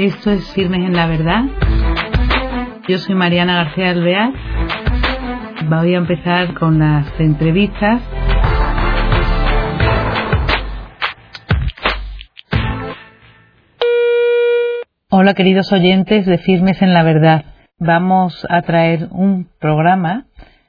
Esto es Firmes en la Verdad. Yo soy Mariana García Alvear. Voy a empezar con las entrevistas. Hola, queridos oyentes de Firmes en la Verdad. Vamos a traer un programa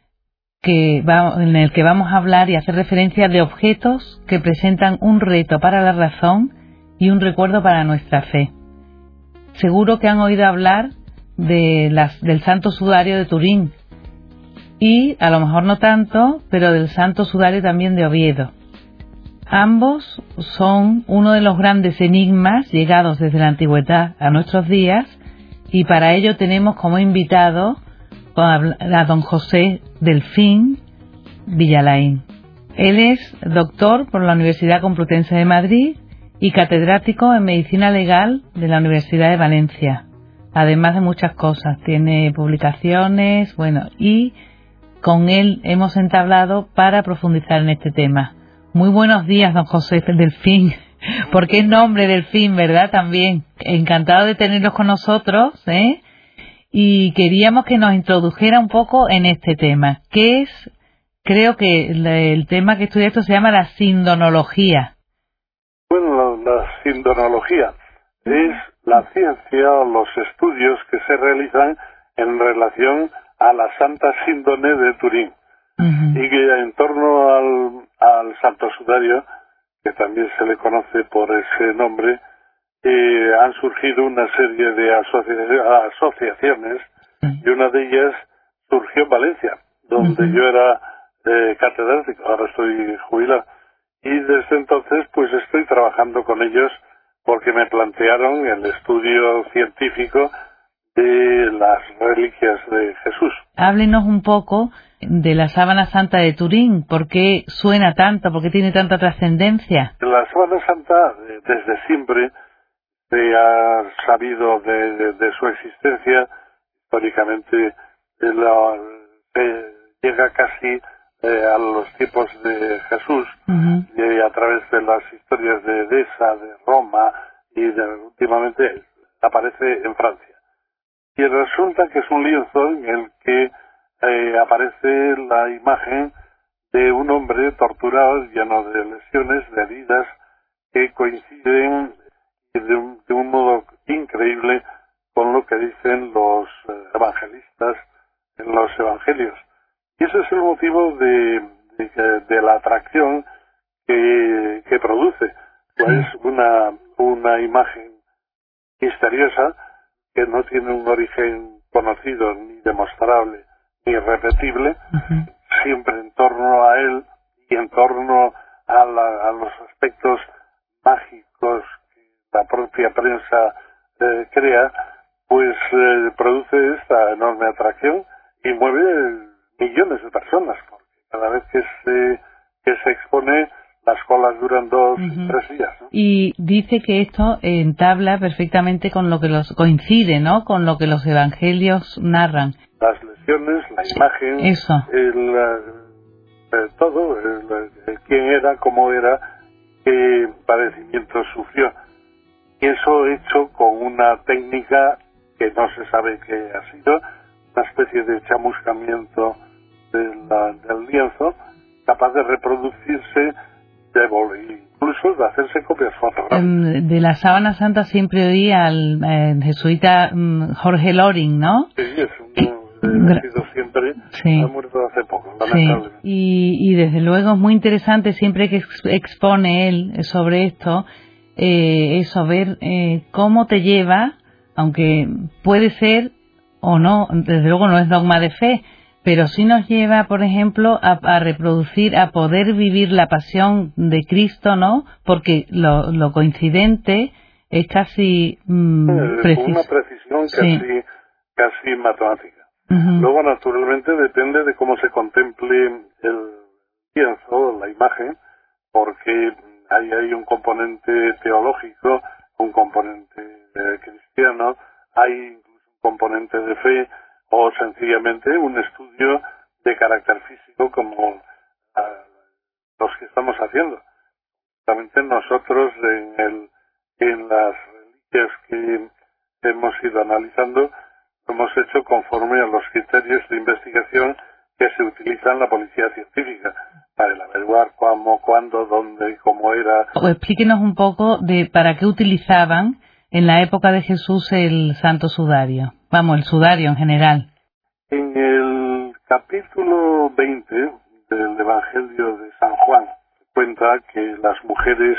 en el que vamos a hablar y hacer referencia de objetos que presentan un reto para la razón y un recuerdo para nuestra fe. Seguro que han oído hablar del Santo Sudario de Turín y, a lo mejor no tanto, pero del Santo Sudario también de Oviedo. Ambos son uno de los grandes enigmas llegados desde la antigüedad a nuestros días, y para ello tenemos como invitado a don José Delfín Villalain. Él es doctor por la Universidad Complutense de Madrid y catedrático en Medicina Legal de la Universidad de Valencia, además de muchas cosas. Tiene publicaciones, y con él hemos entablado para profundizar en este tema. Muy buenos días, don José Delfín, porque es nombre Delfín, ¿verdad? También encantado de tenerlos con nosotros, y queríamos que nos introdujera un poco en este tema, que es, creo que el tema que estudia esto se llama la sindonología. Bueno, la sindonología es la ciencia o los estudios que se realizan en relación a la Santa Síndone de Turín. Y que en torno al Santo Sudario, que también se le conoce por ese nombre, han surgido una serie de asociaciones, y una de ellas surgió en Valencia, donde yo era catedrático. Ahora estoy jubilado, y desde entonces pues estoy trabajando con ellos porque me plantearon el estudio científico de las reliquias de Jesús. Háblenos un poco de la Sábana Santa de Turín. ¿Por qué suena tanto? ¿Por qué tiene tanta trascendencia? La Sábana Santa desde siempre se ha sabido de su existencia. Históricamente llega casi a los tiempos de Jesús, y a través de las historias de Edesa, de Roma, y últimamente aparece en Francia. Y resulta que es un lienzo en el que aparece la imagen de un hombre torturado, lleno de lesiones, de heridas, que coinciden de un modo increíble con lo que dicen los evangelistas en los evangelios. Y ese es el motivo de la atracción que produce. Pues una imagen misteriosa que no tiene un origen conocido, ni demostrable, ni repetible, siempre en torno a él y en torno a los aspectos mágicos que la propia prensa crea, pues produce esta enorme atracción y mueve millones de personas, porque cada vez que se expone, las colas duran 2 y 3 días, ¿no? Y dice que esto entabla perfectamente con lo que coincide, ¿no? Con lo que los evangelios narran. Las lesiones, la imagen, eso, todo, quién era, cómo era, qué padecimientos sufrió. Y eso hecho con una técnica que no se sabe qué ha sido, una especie de chamuscamiento del lienzo, capaz de reproducirse, incluso de hacerse copias fotográficas. De la Sábana Santa siempre oí al jesuita Jorge Loring, ¿no? Sí, es ha sido siempre, ha muerto hace poco, lamentablemente. Y desde luego es muy interesante siempre que expone él sobre esto, eso, ver cómo te lleva, aunque puede ser o no, desde luego no es dogma de fe, pero sí nos lleva, por ejemplo, a reproducir, a poder vivir la pasión de Cristo, ¿no? Porque lo coincidente es casi preciso. Una precisión casi matemática. Luego, naturalmente, depende de cómo se contemple el lienzo, la imagen, porque hay un componente teológico, un componente cristiano, hay incluso un componente de fe, o sencillamente un estudio de carácter físico como los que estamos haciendo. Justamente nosotros en las reliquias que hemos ido analizando, lo hemos hecho conforme a los criterios de investigación que se utilizan en la policía científica, para averiguar cómo, cuándo, dónde, cómo era. O explíquenos un poco de para qué utilizaban en la época de Jesús el Santo Sudario. Vamos, el sudario en general. En el capítulo 20 del Evangelio de San Juan, cuenta que las mujeres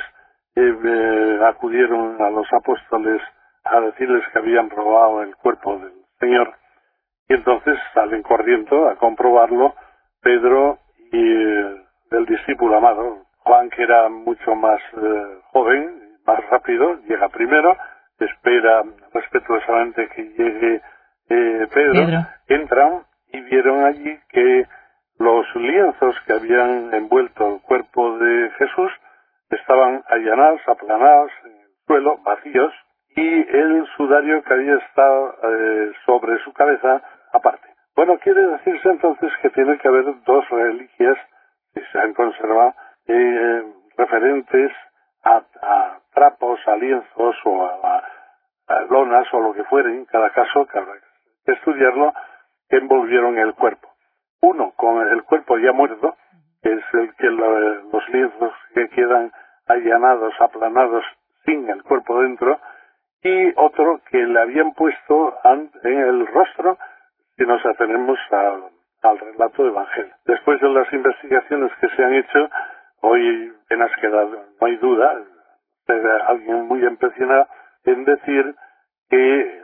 acudieron a los apóstoles a decirles que habían robado el cuerpo del Señor, y entonces salen corriendo a comprobarlo Pedro y el discípulo amado. Juan, que era mucho más joven, más rápido, llega primero, espera respetuosamente que llegue Pedro. Entran y vieron allí que los lienzos que habían envuelto el cuerpo de Jesús estaban allanados, aplanados en el suelo, vacíos, y el sudario que había estado sobre su cabeza aparte. Bueno, quiere decirse entonces que tiene que haber dos reliquias que se han conservado referentes a trapos, a lienzos o a lonas o lo que fuere, en cada caso que habrá que estudiarlo, que envolvieron el cuerpo. Uno con el cuerpo ya muerto, que es el que los lienzos que quedan allanados, aplanados, sin el cuerpo dentro, y otro que le habían puesto en el rostro, si nos atenemos al relato del Evangelio. Después de las investigaciones que se han hecho, hoy apenas queda, no hay duda, alguien muy empecinado en decir que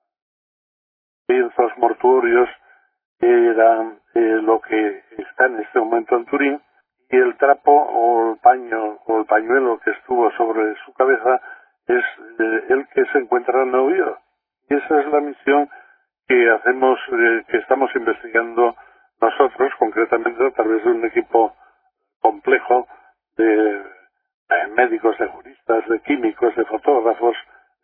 lienzos mortuorios eran lo que está en este momento en Turín, y el trapo o el paño o el pañuelo que estuvo sobre su cabeza es el que se encuentra en Oviedo. Y esa es la misión que hacemos, que estamos investigando nosotros, concretamente a través de un equipo complejo de médicos, de juristas, de químicos, de fotógrafos.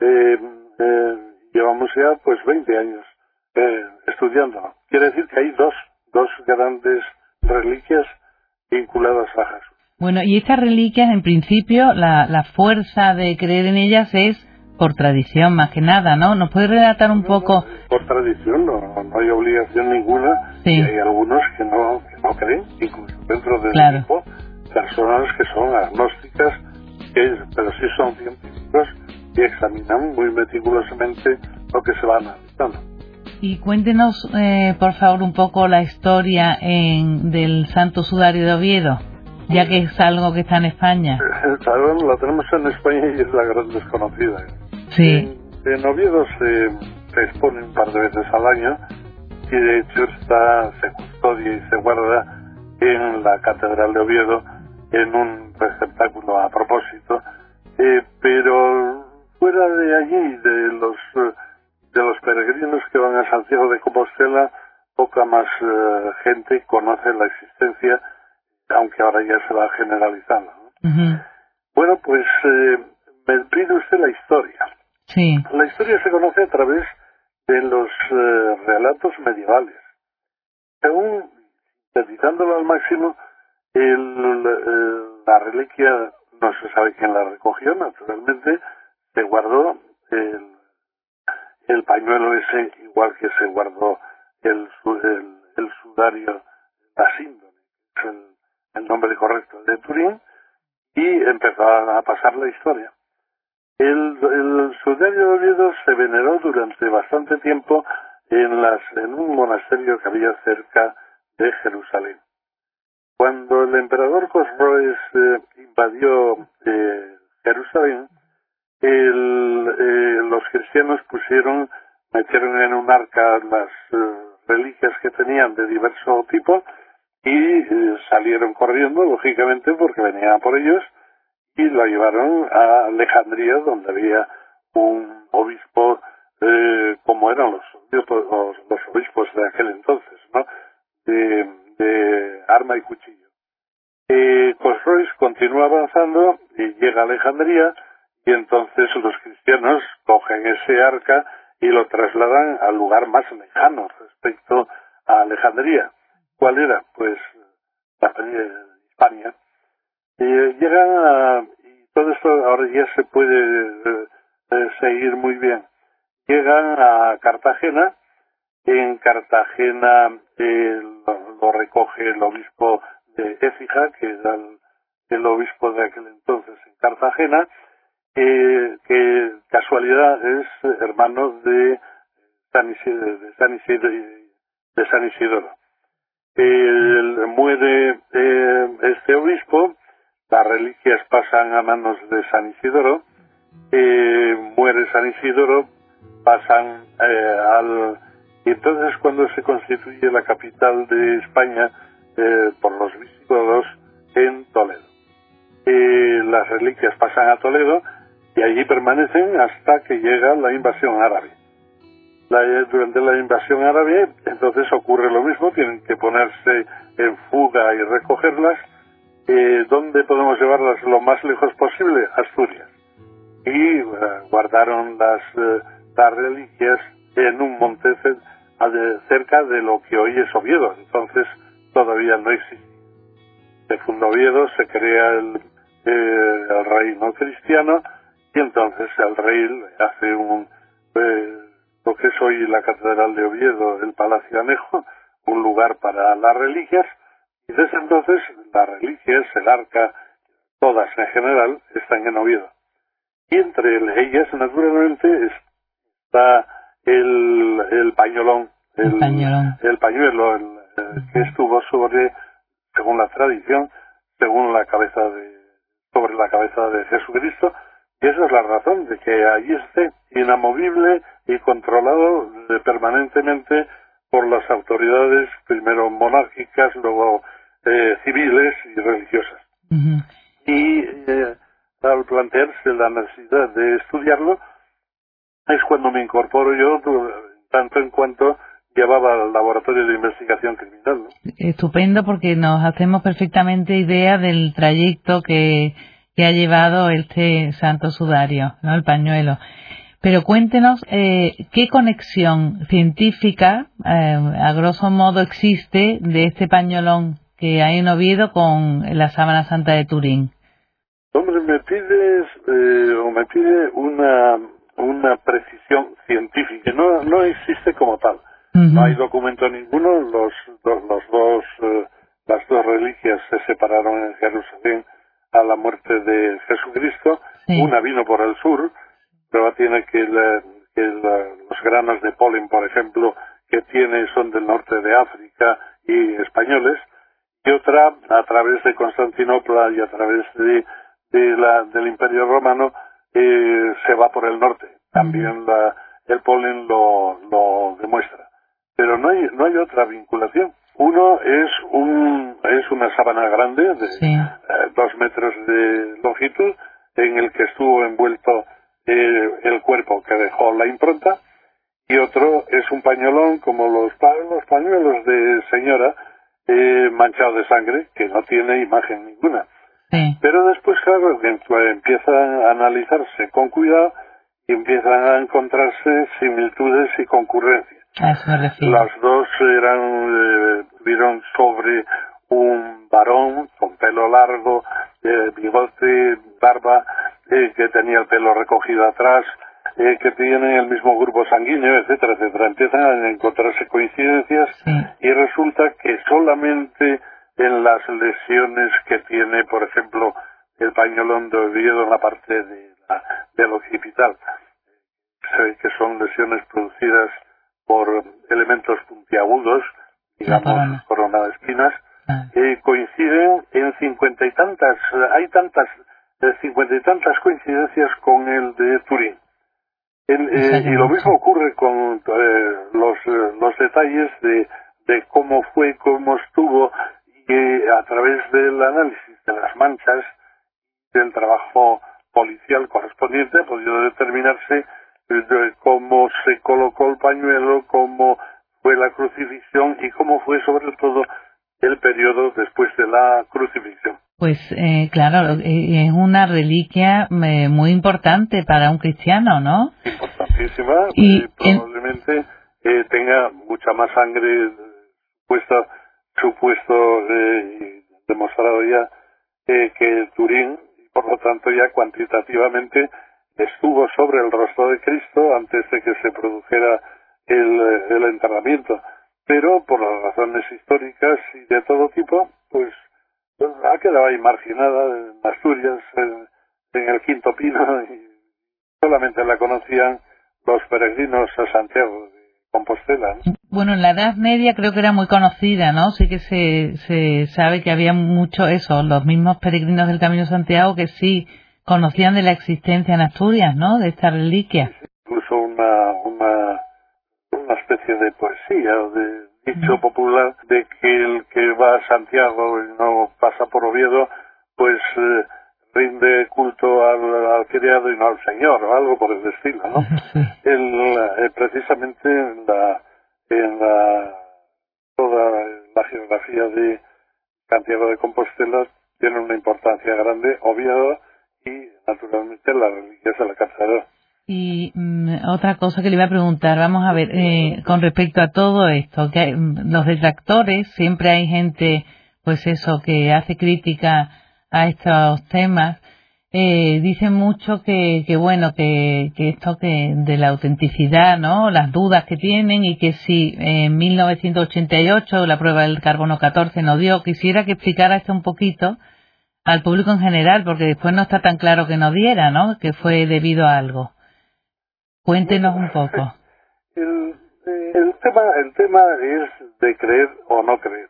Llevamos ya pues 20 años estudiándolo. Quiere decir que hay dos grandes reliquias vinculadas a Jesús. Bueno, y estas reliquias, en principio, la fuerza de creer en ellas es por tradición, más que nada, ¿no? ¿Nos puede relatar un poco? Por tradición, no hay obligación ninguna, sí. Y hay algunos que no creen, incluso dentro del equipo, personas que son agnósticas, pero sí son científicos y examinan muy meticulosamente lo que se va analizando. Y cuéntenos, por favor, un poco la historia del Santo Sudario de Oviedo, ya que es algo que está en España. La tenemos en España y es la gran desconocida. Sí. En Oviedo se expone un par de veces al año y de hecho se custodia y se guarda en la Catedral de Oviedo en un receptáculo a propósito, pero fuera de allí, de los peregrinos que van a Santiago de Compostela, poca más gente conoce la existencia, aunque ahora ya se va generalizando, ¿no? Uh-huh. Bueno, pues me pide usted la historia. Sí. La historia se conoce a través de los relatos medievales. Según, sintetizándolo al máximo, la reliquia, no se sabe quién la recogió, naturalmente, se guardó el pañuelo ese, igual que se guardó el sudario, la síndrome, es el nombre correcto de Turín, y empezó a pasar la historia. El sudario de Oviedo se veneró durante bastante tiempo en un monasterio que había cerca de Jerusalén. Cuando el emperador Cosroes invadió Jerusalén, los cristianos metieron en un arca las reliquias que tenían de diverso tipo y salieron corriendo, lógicamente, porque venían por ellos, y lo llevaron a Alejandría, donde había un obispo, como eran los obispos de aquel entonces, ¿no? De arma y cuchillo. Cosroes continúa avanzando y llega a Alejandría, y entonces los cristianos cogen ese arca y lo trasladan al lugar más lejano respecto a Alejandría. ¿Cuál era? Pues la Hispania. Llegan y todo esto ahora ya se puede seguir muy bien. llegan a Cartagena. En Cartagena lo recoge el obispo de Écija, que era el obispo de aquel entonces en Cartagena, que casualidad es hermano de San Isidoro. Muere este obispo, las reliquias pasan a manos de San Isidoro, muere San Isidoro, pasan y entonces cuando se constituye la capital de España por los visigodos en Toledo. Las reliquias pasan a Toledo y allí permanecen hasta que llega la invasión árabe. Durante la invasión árabe, entonces ocurre lo mismo, tienen que ponerse en fuga y recogerlas. ¿Dónde podemos llevarlas lo más lejos posible? Asturias. Y guardaron las reliquias en un monte cerca de lo que hoy es Oviedo. Entonces todavía no existe. Se funda Oviedo, se crea el reino cristiano y entonces el rey hace lo que es hoy la Catedral de Oviedo, el Palacio Anejo, un lugar para las reliquias, y desde entonces las reliquias, el arca, todas en general, están en Oviedo. Y entre ellas, naturalmente, está el pañolón, el pañuelo que estuvo según la tradición, sobre la cabeza de Jesucristo. Y esa es la razón de que allí esté inamovible y controlado permanentemente por las autoridades, primero monárquicas, luego civiles y religiosas. Uh-huh. Y al plantearse la necesidad de estudiarlo, es cuando me incorporo yo, tanto en cuanto llevaba al laboratorio de investigación criminal, ¿no? Estupendo, porque nos hacemos perfectamente idea del trayecto que ha llevado este santo sudario, ¿no? El pañuelo. Pero cuéntenos qué conexión científica, a grosso modo, existe de este pañolón que hay en Oviedo con la sábana santa de Turín. Hombre, me pide una precisión científica. No existe como tal. Uh-huh. No hay documento ninguno. Las dos reliquias se separaron en Jerusalén a la muerte de Jesucristo. Sí. Una vino por el sur. Prueba tiene que los granos de polen, por ejemplo, que tiene son del norte de África y españoles. Y otra, a través de Constantinopla y a través del Imperio Romano, se va por el norte. También el polen lo demuestra. Pero no hay otra vinculación. Uno es una sábana grande de 2 metros de longitud, en el que estuvo envuelto el cuerpo que dejó la impronta, y otro es un pañolón como los pañuelos de señora, manchado de sangre, que no tiene imagen ninguna. Sí. Pero después, claro, empiezan a analizarse con cuidado y empiezan a encontrarse similitudes y concurrencias. Las dos vieron sobre un varón con pelo largo, bigote, barba, que tenía el pelo recogido atrás, que tienen el mismo grupo sanguíneo, etcétera, etcétera. Empiezan a encontrarse coincidencias y resulta que solamente en las lesiones que tiene, por ejemplo, el pañolón de Oviedo en la parte del occipital, que son lesiones producidas por elementos puntiagudos, digamos, corona de espinas, coinciden en 50 y tantas coincidencias con el de Turín. Y lo mismo ocurre con los detalles de cómo fue, cómo estuvo, y a través del análisis de las manchas, del trabajo policial correspondiente, ha podido determinarse cómo se colocó el pañuelo, cómo fue la crucifixión y cómo fue sobre todo el periodo después de la crucifixión. Pues claro, es una reliquia muy importante para un cristiano, ¿no? Importantísima, y probablemente tenga mucha más sangre supuesto y demostrado ya que Turín, y por lo tanto ya cuantitativamente estuvo sobre el rostro de Cristo antes de que se produjera el enterramiento, pero por las razones históricas y de todo tipo, pues ha quedado ahí marginada en Asturias, en el Quinto Pino, y solamente la conocían los peregrinos a Santiago de Compostela, ¿no? Bueno, en la Edad Media creo que era muy conocida, ¿no? Sí que se sabe que había mucho eso, los mismos peregrinos del Camino de Santiago que sí conocían de la existencia en Asturias, ¿no? De esta reliquia. Sí, incluso una especie de poesía o de dicho popular de que el que va a Santiago y no pasa por Oviedo, pues rinde culto al criado y no al Señor, o algo por el estilo, ¿no? Sí. Precisamente en toda la geografía de Santiago de Compostela tiene una importancia grande Oviedo y naturalmente las reliquias de la Catedral. Y otra cosa que le iba a preguntar, vamos a ver, con respecto a todo esto, que los detractores, siempre hay gente, pues eso, que hace crítica a estos temas, dicen mucho que bueno, que esto que de la autenticidad, ¿no? Las dudas que tienen y que si en 1988 la prueba del carbono 14 no dio, quisiera que explicara esto un poquito al público en general, porque después no está tan claro que no diera, ¿no? Que fue debido a algo. Cuéntenos un poco. El tema es de creer o no creer.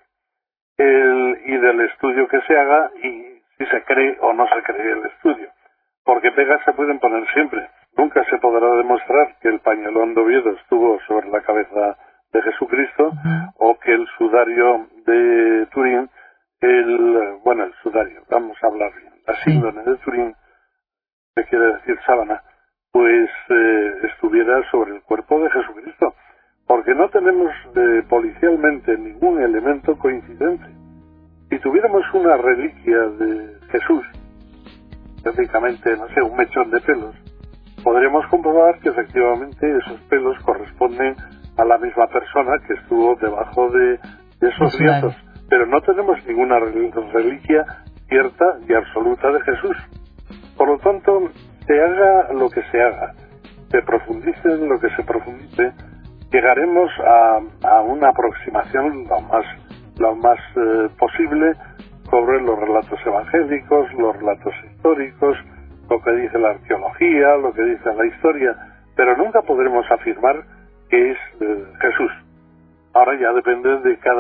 Y del estudio que se haga y si se cree o no se cree el estudio. Porque pegas se pueden poner siempre. Nunca se podrá demostrar que el pañolón de Oviedo estuvo sobre la cabeza de Jesucristo o que el sudario de Turín, el sudario, vamos a hablar bien, la síndrome de Turín, que quiere decir sábana, pues estuviera sobre el cuerpo de Jesucristo, porque no tenemos policialmente ningún elemento coincidente. Si tuviéramos una reliquia de Jesús, prácticamente, no sé, un mechón de pelos, podríamos comprobar que efectivamente esos pelos corresponden a la misma persona que estuvo debajo de esos lienzos, pero no tenemos ninguna reliquia cierta y absoluta de Jesús. Por lo tanto, se haga lo que se haga, se profundice en lo que se profundice, llegaremos a una aproximación lo más posible sobre los relatos evangélicos, los relatos históricos, lo que dice la arqueología, lo que dice la historia, pero nunca podremos afirmar que es Jesús. Ahora ya depende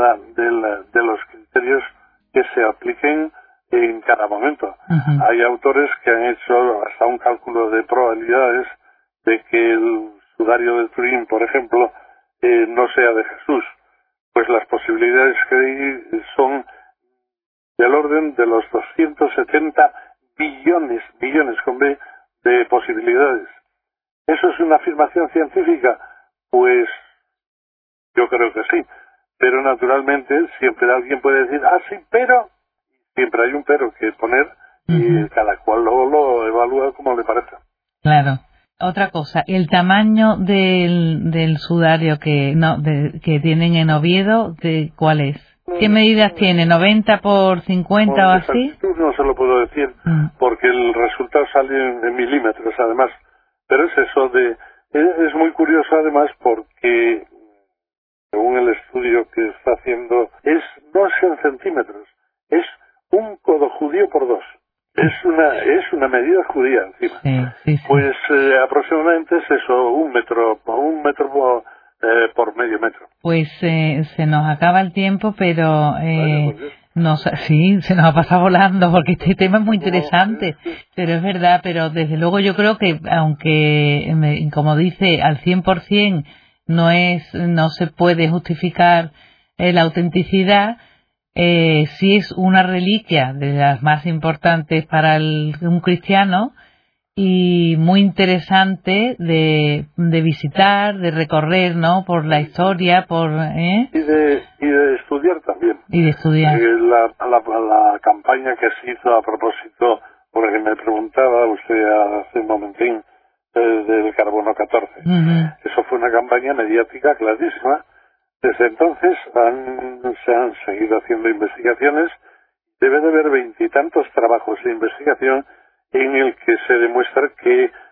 de los criterios que se apliquen en cada momento. Hay autores que han hecho hasta un cálculo de probabilidades de que el sudario de Turín, por ejemplo, no sea de Jesús. Pues las posibilidades que hay son del orden de los 270 billones con B de posibilidades. ¿Eso es una afirmación científica? Pues yo creo que sí. Pero naturalmente siempre alguien puede decir, sí, pero siempre hay un pero que poner y cada cual lo evalúa como le parezca. Claro. Otra cosa, el tamaño del sudario que tienen en Oviedo, ¿cuál es? ¿Qué medidas tiene? ¿90 por 50 o así? No se lo puedo decir, porque el resultado sale en milímetros, además. Pero es eso es muy curioso, además, porque según el estudio que está haciendo, no es en centímetros, es un codo judío por 2. Es una medida judía encima. Sí. Pues aproximadamente es eso, un metro por medio metro. Pues se nos acaba el tiempo, pero se nos ha pasado volando, porque este tema es muy interesante, pero es verdad, pero desde luego yo creo que aunque, como dice, al 100% no se puede justificar la autenticidad, sí es una reliquia de las más importantes para un cristiano y muy interesante de visitar, de recorrer, ¿no? Por la historia, y de estudiar también. Y de estudiar. La campaña que se hizo a propósito, porque me preguntaba usted hace un momentín del carbono 14. Eso fue una campaña mediática clarísima. Desde entonces se han seguido haciendo investigaciones. Debe de haber 20 y tantos trabajos de investigación en el que se demuestra que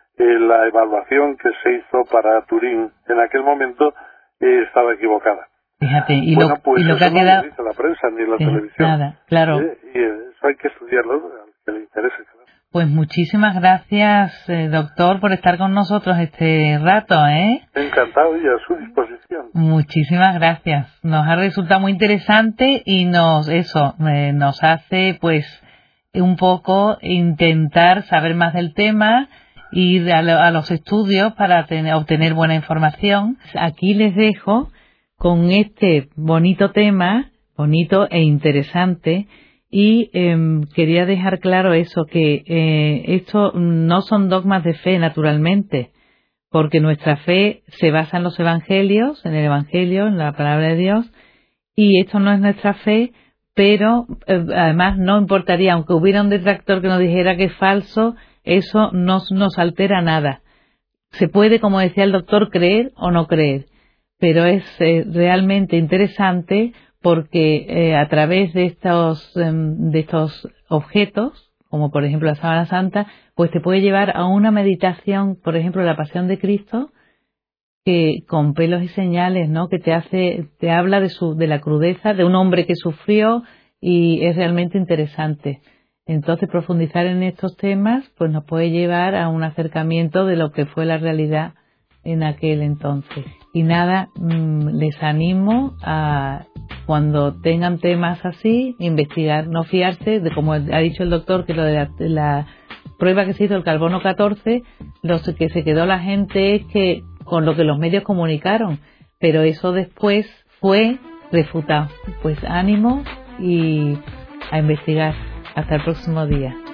la evaluación que se hizo para Turín en aquel momento estaba equivocada. Fíjate, bueno, pues lo que ha no quedado... lo dice la prensa ni la televisión. Nada, claro. Y eso hay que estudiarlo, al que le interese. Claro. Pues muchísimas gracias, doctor, por estar con nosotros este rato, Encantado y a su disposición. Muchísimas gracias. Nos ha resultado muy interesante y nos hace, pues, un poco intentar saber más del tema, ir a los estudios para obtener buena información. Aquí les dejo con este bonito tema, bonito e interesante, y quería dejar claro eso, que esto no son dogmas de fe, naturalmente, porque nuestra fe se basa en los evangelios, en el evangelio, en la palabra de Dios, y esto no es nuestra fe, pero además no importaría, aunque hubiera un detractor que nos dijera que es falso, eso no nos altera nada. Se puede, como decía el doctor, creer o no creer, pero es realmente interesante porque a través de estos objetos, como por ejemplo la sábana santa, pues te puede llevar a una meditación, por ejemplo, la Pasión de Cristo, que con pelos y señales, ¿no? Que te habla de la crudeza de un hombre que sufrió, y es realmente interesante. Entonces, profundizar en estos temas, pues nos puede llevar a un acercamiento de lo que fue la realidad en aquel entonces. Y nada, les animo a, cuando tengan temas así, investigar, no fiarse de, como ha dicho el doctor, que lo de la prueba que se hizo el carbono 14, lo que se quedó la gente es que con lo que los medios comunicaron, pero eso después fue refutado. Pues ánimo y a investigar. Hasta el próximo día.